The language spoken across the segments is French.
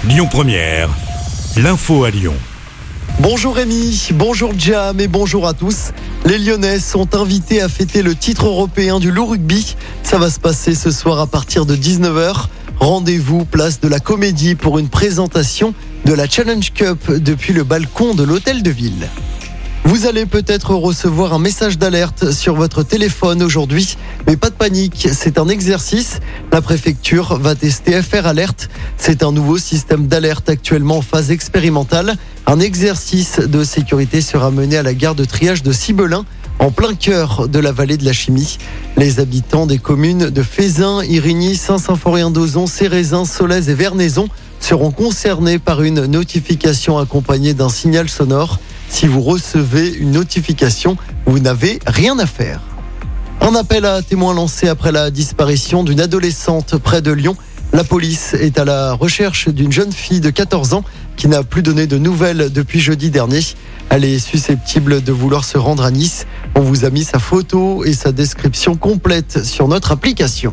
Lyon Première, l'info à Lyon. Bonjour Rémi, bonjour Jam et bonjour à tous. Les Lyonnais sont invités à fêter le titre européen du loup rugby. Ça va se passer ce soir à partir de 19h. Rendez-vous place de la Comédie pour une présentation de la Challenge Cup depuis le balcon de l'hôtel de ville. Vous allez peut-être recevoir un message d'alerte sur votre téléphone aujourd'hui, mais pas de panique, c'est un exercice. La préfecture va tester FR Alert. C'est un nouveau système d'alerte actuellement en phase expérimentale. Un exercice de sécurité sera mené à la gare de triage de Cibelin, en plein cœur de la vallée de la Chimie. Les habitants des communes de Fézin, Irigny, Saint-Symphorien-d'Ozon, Cérézin, Solèze et Vernaison seront concernés par une notification accompagnée d'un signal sonore. Si vous recevez une notification, vous n'avez rien à faire. Un appel à témoins lancé après la disparition d'une adolescente près de Lyon. La police est à la recherche d'une jeune fille de 14 ans qui n'a plus donné de nouvelles depuis jeudi dernier. Elle est susceptible de vouloir se rendre à Nice. On vous a mis sa photo et sa description complète sur notre application.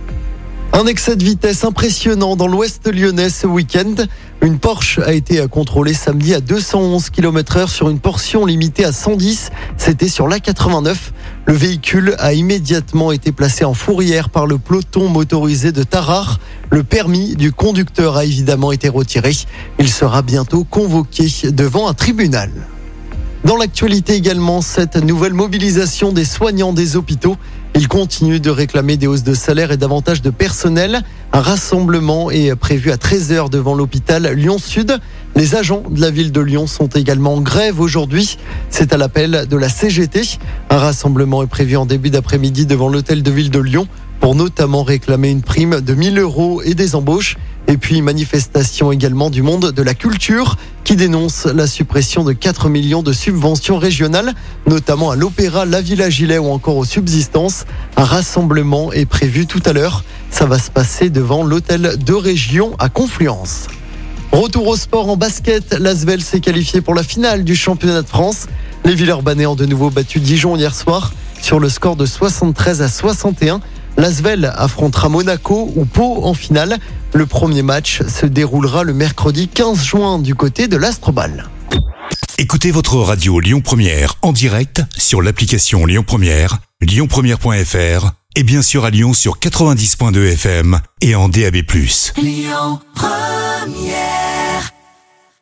Un excès de vitesse impressionnant dans l'ouest lyonnais ce week-end. Une Porsche a été contrôlée samedi à 211 km/h sur une portion limitée à 110. C'était sur l'A89. Le véhicule a immédiatement été placé en fourrière par le peloton motorisé de Tarare. Le permis du conducteur a évidemment été retiré. Il sera bientôt convoqué devant un tribunal. Dans l'actualité également, cette nouvelle mobilisation des soignants des hôpitaux. Ils continuent de réclamer des hausses de salaire et davantage de personnel. Un rassemblement est prévu à 13h devant l'hôpital Lyon-Sud. Les agents de la ville de Lyon sont également en grève aujourd'hui. C'est à l'appel de la CGT. Un rassemblement est prévu en début d'après-midi devant l'hôtel de ville de Lyon pour notamment réclamer une prime de 1 000 € et des embauches. Et puis manifestation également du monde de la culture qui dénonce la suppression de 4 millions de subventions régionales, notamment à l'Opéra, la Villa Gilet ou encore aux Subsistances. Un rassemblement est prévu tout à l'heure. Ça va se passer devant l'hôtel de région à Confluence. Retour au sport en basket. L'Asvel s'est qualifié pour la finale du championnat de France. Les Villeurbanais ont de nouveau battu Dijon hier soir sur le score de 73-61. L'Asvel affrontera Monaco ou Pau en finale. Le premier match se déroulera le mercredi 15 juin du côté de l'Astrobal. Écoutez votre radio Lyon Première en direct sur l'application Lyon Première, lyonpremière.fr et bien sûr à Lyon sur 90.2 FM et en DAB+. Lyon Première.